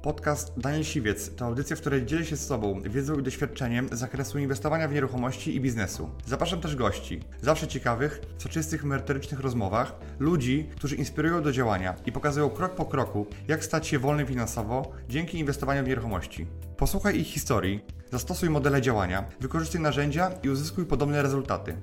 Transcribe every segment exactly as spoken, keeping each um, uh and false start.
Podcast Daniel Siwiec to audycja, w której dzielę się z Tobą wiedzą i doświadczeniem z zakresu inwestowania w nieruchomości i biznesu. Zapraszam też gości, zawsze ciekawych, w soczystych, merytorycznych rozmowach, ludzi, którzy inspirują do działania i pokazują krok po kroku, jak stać się wolnym finansowo dzięki inwestowaniu w nieruchomości. Posłuchaj ich historii, zastosuj modele działania, wykorzystuj narzędzia i uzyskuj podobne rezultaty.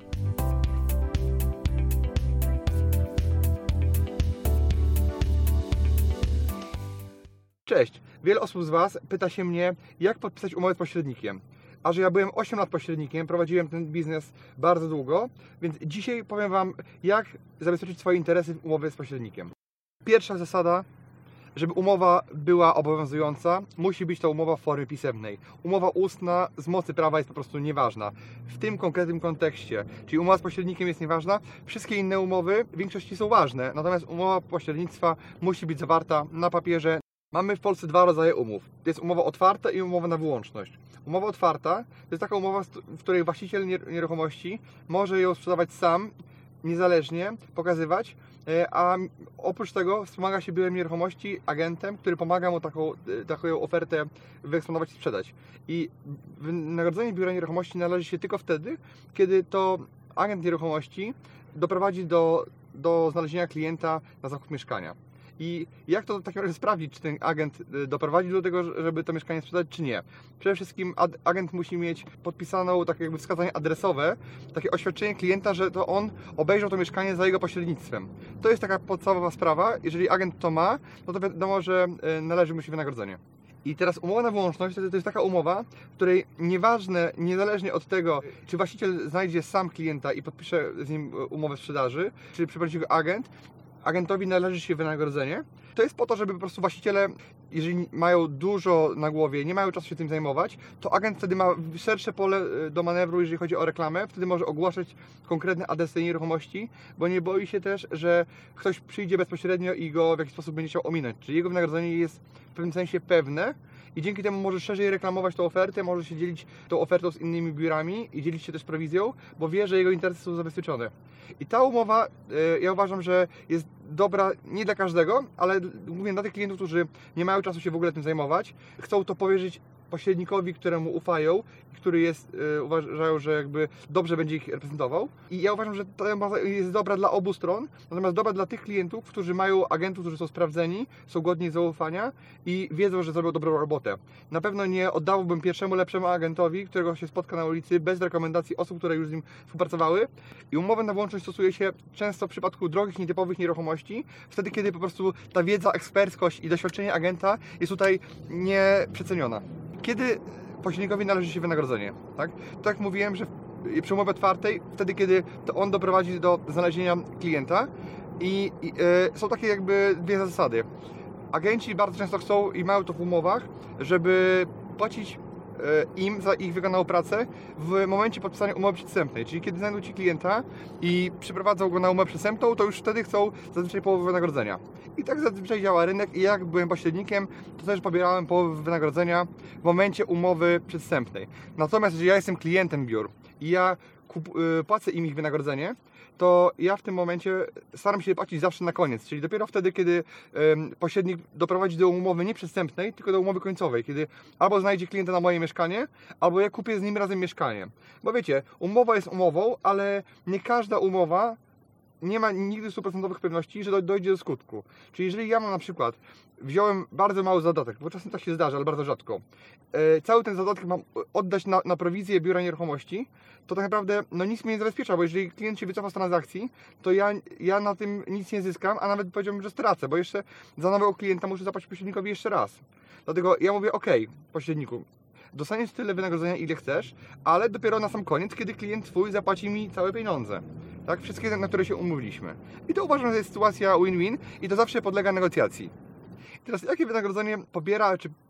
Cześć! Wiele osób z Was pyta się mnie, jak podpisać umowę z pośrednikiem. A że ja byłem osiem lat pośrednikiem, prowadziłem ten biznes bardzo długo, więc dzisiaj powiem Wam, jak zabezpieczyć swoje interesy w umowie z pośrednikiem. Pierwsza zasada, żeby umowa była obowiązująca, musi być to umowa w formie pisemnej. Umowa ustna z mocy prawa jest po prostu nieważna. W tym konkretnym kontekście, czyli umowa z pośrednikiem jest nieważna, wszystkie inne umowy w większości są ważne, natomiast umowa pośrednictwa musi być zawarta na papierze. Mamy w Polsce dwa rodzaje umów. To jest umowa otwarta i umowa na wyłączność. Umowa otwarta to jest taka umowa, w której właściciel nieruchomości może ją sprzedawać sam, niezależnie, pokazywać, a oprócz tego wspomaga się biurem nieruchomości, agentem, który pomaga mu taką, taką ofertę wyeksponować i sprzedać. I wynagrodzenie biura nieruchomości należy się tylko wtedy, kiedy to agent nieruchomości doprowadzi do, do znalezienia klienta na zakup mieszkania. I jak to w takim razie sprawdzić, czy ten agent doprowadzi do tego, żeby to mieszkanie sprzedać, czy nie? Przede wszystkim agent musi mieć podpisaną takie jakby wskazanie adresowe, takie oświadczenie klienta, że to on obejrzał to mieszkanie za jego pośrednictwem. To jest taka podstawowa sprawa. Jeżeli agent to ma, no to wiadomo, że należy mu się wynagrodzenie. I teraz umowa na wyłączność to jest taka umowa, w której nieważne, niezależnie od tego, czy właściciel znajdzie sam klienta i podpisze z nim umowę sprzedaży, czy przeprowadzi go agent, agentowi należy się wynagrodzenie. To jest po to, żeby po prostu właściciele, jeżeli mają dużo na głowie, nie mają czasu się tym zajmować, to agent wtedy ma szersze pole do manewru, jeżeli chodzi o reklamę. Wtedy może ogłaszać konkretne adresy nieruchomości, bo nie boi się też, że ktoś przyjdzie bezpośrednio i go w jakiś sposób będzie chciał ominąć. Czyli jego wynagrodzenie jest w pewnym sensie pewne i dzięki temu może szerzej reklamować tą ofertę, może się dzielić tą ofertą z innymi biurami i dzielić się też prowizją, bo wie, że jego interesy są zabezpieczone. I ta umowa, ja uważam, że jest dobra nie dla każdego, ale mówię dla tych klientów, którzy nie mają czasu się w ogóle tym zajmować, chcą to powierzyć pośrednikowi, któremu ufają, który jest, yy, uważają, że jakby dobrze będzie ich reprezentował. I ja uważam, że ta umowa jest dobra dla obu stron, natomiast dobra dla tych klientów, którzy mają agentów, którzy są sprawdzeni, są godni zaufania i wiedzą, że zrobią dobrą robotę. Na pewno nie oddałbym pierwszemu lepszemu agentowi, którego się spotka na ulicy, bez rekomendacji osób, które już z nim współpracowały. I umowę na wyłączność stosuje się często w przypadku drogich, nietypowych nieruchomości, wtedy kiedy po prostu ta wiedza, eksperckość i doświadczenie agenta jest tutaj nieprzeceniona. Kiedy pośrednikowi należy się wynagrodzenie? Tak, tak jak mówiłem, że przy umowie otwartej, wtedy kiedy to on doprowadzi do znalezienia klienta i, i e, są takie jakby dwie zasady. Agenci bardzo często chcą i mają to w umowach, żeby płacić im za ich wykonaną pracę w momencie podpisania umowy przedwstępnej, czyli kiedy znajdą Ci klienta i przyprowadzą go na umowę przedwstępną, to już wtedy chcą zazwyczaj połowę wynagrodzenia. I tak zazwyczaj działa rynek i jak byłem pośrednikiem, to też pobierałem połowę wynagrodzenia w momencie umowy przedwstępnej. Natomiast jeżeli ja jestem klientem biur i ja kup, płacę im ich wynagrodzenie, to ja w tym momencie staram się płacić zawsze na koniec, czyli dopiero wtedy, kiedy um, pośrednik doprowadzi do umowy nie przedwstępnej, tylko do umowy końcowej, kiedy albo znajdzie klienta na moje mieszkanie, albo ja kupię z nim razem mieszkanie. Bo wiecie, umowa jest umową, ale nie każda umowa nie ma nigdy stuprocentowych pewności, że dojdzie do skutku. Czyli jeżeli ja mam na przykład, wziąłem bardzo mały zadatek, bo czasem tak się zdarza, ale bardzo rzadko, e, cały ten zadatek mam oddać na, na prowizję biura nieruchomości, to tak naprawdę no, nic mnie nie zabezpiecza, bo jeżeli klient się wycofa z transakcji, to ja, ja na tym nic nie zyskam, a nawet powiedziałbym, że stracę, bo jeszcze za nowego klienta muszę zapłacić pośrednikowi jeszcze raz. Dlatego ja mówię, ok, pośredniku, dostaniesz tyle wynagrodzenia, ile chcesz, ale dopiero na sam koniec, kiedy klient Twój zapłaci mi całe pieniądze. Tak? Wszystkie, na które się umówiliśmy. I to uważam, że jest sytuacja win-win i to zawsze podlega negocjacji. Teraz jakie wynagrodzenie pobiera, czy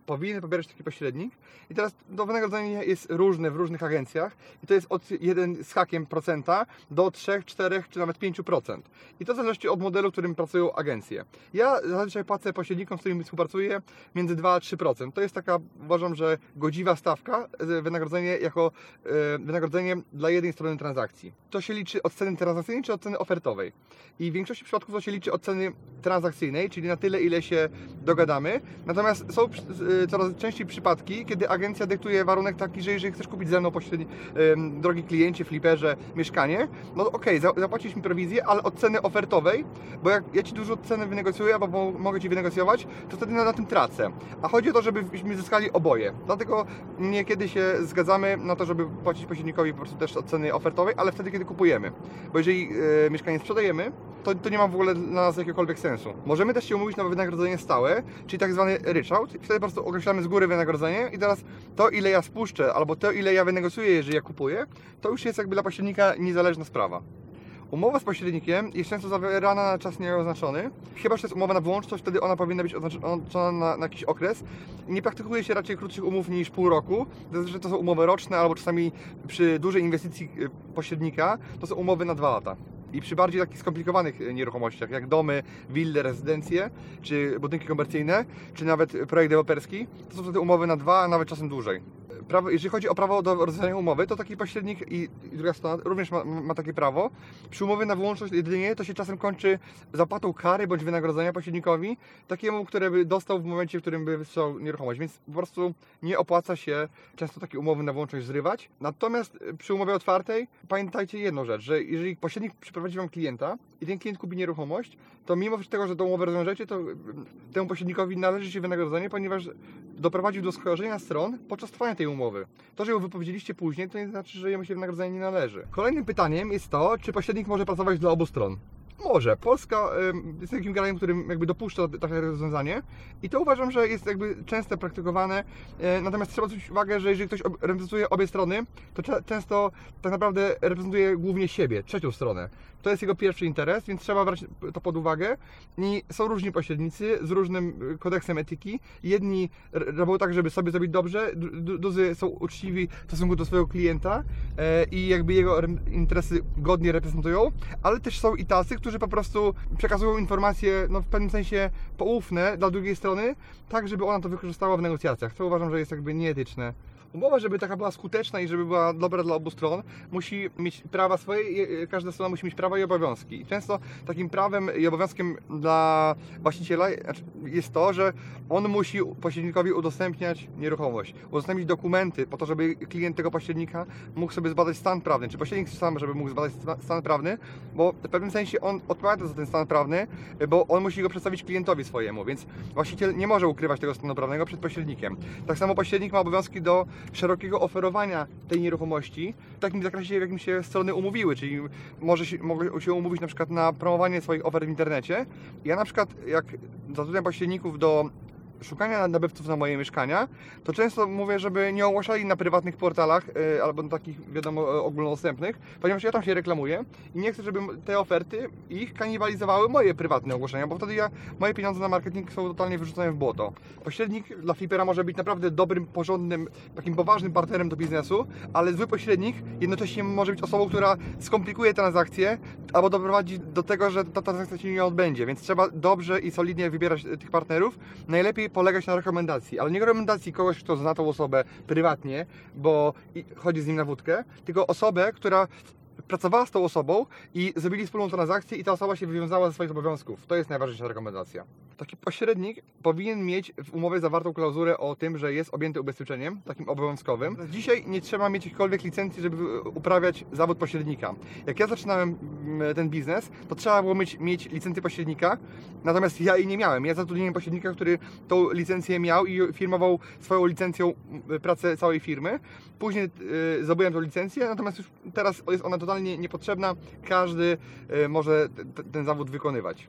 powinien pobierać taki pośrednik. I teraz to wynagrodzenie jest różne w różnych agencjach i to jest od jeden z hakiem procenta do trzy, cztery czy nawet pięć procent. I to w zależności od modelu, w którym pracują agencje. Ja zazwyczaj płacę pośrednikom, z którymi współpracuję, między dwa a trzy procent. To jest taka, uważam, że godziwa stawka, wynagrodzenie jako yy, wynagrodzenie dla jednej strony transakcji. To się liczy od ceny transakcyjnej czy od ceny ofertowej. I w większości przypadków to się liczy od ceny transakcyjnej, czyli na tyle, ile się dogadamy. Natomiast są yy, coraz częściej przypadki, kiedy agencja dyktuje warunek taki, że jeżeli chcesz kupić ze mną pośredni, yy, drogi kliencie, fliperze, mieszkanie, no okej, okay, zapłacisz mi prowizję, ale od ceny ofertowej, bo jak ja Ci dużo ceny wynegocjuję, albo mogę Ci wynegocjować, to wtedy na, na tym tracę. A chodzi o to, żebyśmy zyskali oboje. Dlatego niekiedy się zgadzamy na to, żeby płacić pośrednikowi po prostu też od ceny ofertowej, ale wtedy, kiedy kupujemy. Bo jeżeli yy, mieszkanie sprzedajemy, to, to nie ma w ogóle dla nas jakiegokolwiek sensu. Możemy też się umówić na wynagrodzenie stałe, czyli tak zwany ryczałt. I wtedy po prostu określamy z góry wynagrodzenie i teraz to, ile ja spuszczę, albo to, ile ja wynegocjuję, jeżeli ja kupuję, to już jest jakby dla pośrednika niezależna sprawa. Umowa z pośrednikiem jest często zawierana na czas nieoznaczony. Chyba, że to jest umowa na wyłączność, wtedy ona powinna być oznaczona na, na jakiś okres. Nie praktykuje się raczej krótszych umów niż pół roku. Zazwyczaj to są umowy roczne, albo czasami przy dużej inwestycji pośrednika to są umowy na dwa lata. I przy bardziej takich skomplikowanych nieruchomościach, jak domy, wille, rezydencje, czy budynki komercyjne, czy nawet projekt deweloperski, to są wtedy umowy na dwa, a nawet czasem dłużej. Prawo, jeżeli chodzi o prawo do rozwiązania umowy, to taki pośrednik i, i druga strona również ma, ma takie prawo. Przy umowie na wyłączność jedynie to się czasem kończy zapłatą kary bądź wynagrodzenia pośrednikowi, takiemu, które by dostał w momencie, w którym by wysłał nieruchomość, więc po prostu nie opłaca się często takie umowy na wyłączność zrywać. Natomiast przy umowie otwartej pamiętajcie jedną rzecz, że jeżeli pośrednik przyprowadzi Wam klienta i ten klient kupi nieruchomość, to mimo tego, że tą umowę rozwiążecie, to temu pośrednikowi należy się wynagrodzenie, ponieważ doprowadził do skojarzenia stron podczas trwania tej umowy. To, że ją wypowiedzieliście później, to nie znaczy, że jemu się wynagrodzenie nie należy. Kolejnym pytaniem jest to, czy pośrednik może pracować dla obu stron. Może. Polska y, jest takim krajem, którym jakby dopuszcza takie rozwiązanie i to uważam, że jest jakby często praktykowane. Y, natomiast trzeba zwrócić uwagę, że jeżeli ktoś reprezentuje obie strony, to często tak naprawdę reprezentuje głównie siebie, trzecią stronę. To jest jego pierwszy interes, więc trzeba brać to pod uwagę. I są różni pośrednicy z różnym kodeksem etyki. Jedni robią tak, żeby sobie zrobić dobrze, drudzy są uczciwi w stosunku do swojego klienta y, i jakby jego interesy godnie reprezentują, ale też są i tacy, którzy po prostu przekazują informacje no, w pewnym sensie poufne dla drugiej strony, tak żeby ona to wykorzystała w negocjacjach. To uważam, że jest jakby nieetyczne. Umowa, żeby taka była skuteczna i żeby była dobra dla obu stron, musi mieć prawa swoje, każda strona musi mieć prawa i obowiązki. I często takim prawem i obowiązkiem dla właściciela jest to, że on musi pośrednikowi udostępniać nieruchomość, udostępnić dokumenty po to, żeby klient tego pośrednika mógł sobie zbadać stan prawny, czy pośrednik sam, żeby mógł zbadać stan prawny, bo w pewnym sensie on odpowiada za ten stan prawny, bo on musi go przedstawić klientowi swojemu, więc właściciel nie może ukrywać tego stanu prawnego przed pośrednikiem. Tak samo pośrednik ma obowiązki do szerokiego oferowania tej nieruchomości w takim zakresie, w jakim się strony umówiły, czyli może się, mogą się umówić na przykład na promowanie swoich ofert w internecie. Ja na przykład jak zatrudniam pośredników do szukania nabywców na moje mieszkania, to często mówię, żeby nie ogłaszali na prywatnych portalach yy, albo na takich, wiadomo, ogólnodostępnych, ponieważ ja tam się reklamuję i nie chcę, żeby te oferty ich kanibalizowały moje prywatne ogłoszenia, bo wtedy ja, moje pieniądze na marketing są totalnie wyrzucone w błoto. Pośrednik dla flipera może być naprawdę dobrym, porządnym, takim poważnym partnerem do biznesu, ale zły pośrednik jednocześnie może być osobą, która skomplikuje transakcję albo doprowadzi do tego, że ta transakcja się nie odbędzie, więc trzeba dobrze i solidnie wybierać tych partnerów. Najlepiej polegać na rekomendacji, ale nie rekomendacji kogoś, kto zna tą osobę prywatnie, bo chodzi z nim na wódkę, tylko osobę, która pracowała z tą osobą i zrobili wspólną transakcję i ta osoba się wywiązała ze swoich obowiązków. To jest najważniejsza rekomendacja. Taki pośrednik powinien mieć w umowie zawartą klauzulę o tym, że jest objęty ubezpieczeniem, takim obowiązkowym. Dzisiaj nie trzeba mieć jakiejkolwiek licencji, żeby uprawiać zawód pośrednika. Jak ja zaczynałem ten biznes, to trzeba było mieć, mieć licencję pośrednika, natomiast ja jej nie miałem. Ja zatrudniłem pośrednika, który tą licencję miał i firmował swoją licencją pracę całej firmy. Później yy, zdobyłem tą licencję, natomiast już teraz jest ona totalnie niepotrzebna. Każdy yy, może t- ten zawód wykonywać.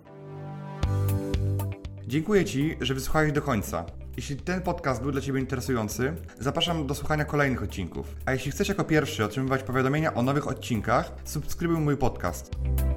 Dziękuję Ci, że wysłuchałeś do końca. Jeśli ten podcast był dla Ciebie interesujący, zapraszam do słuchania kolejnych odcinków. A jeśli chcesz jako pierwszy otrzymywać powiadomienia o nowych odcinkach, subskrybuj mój podcast.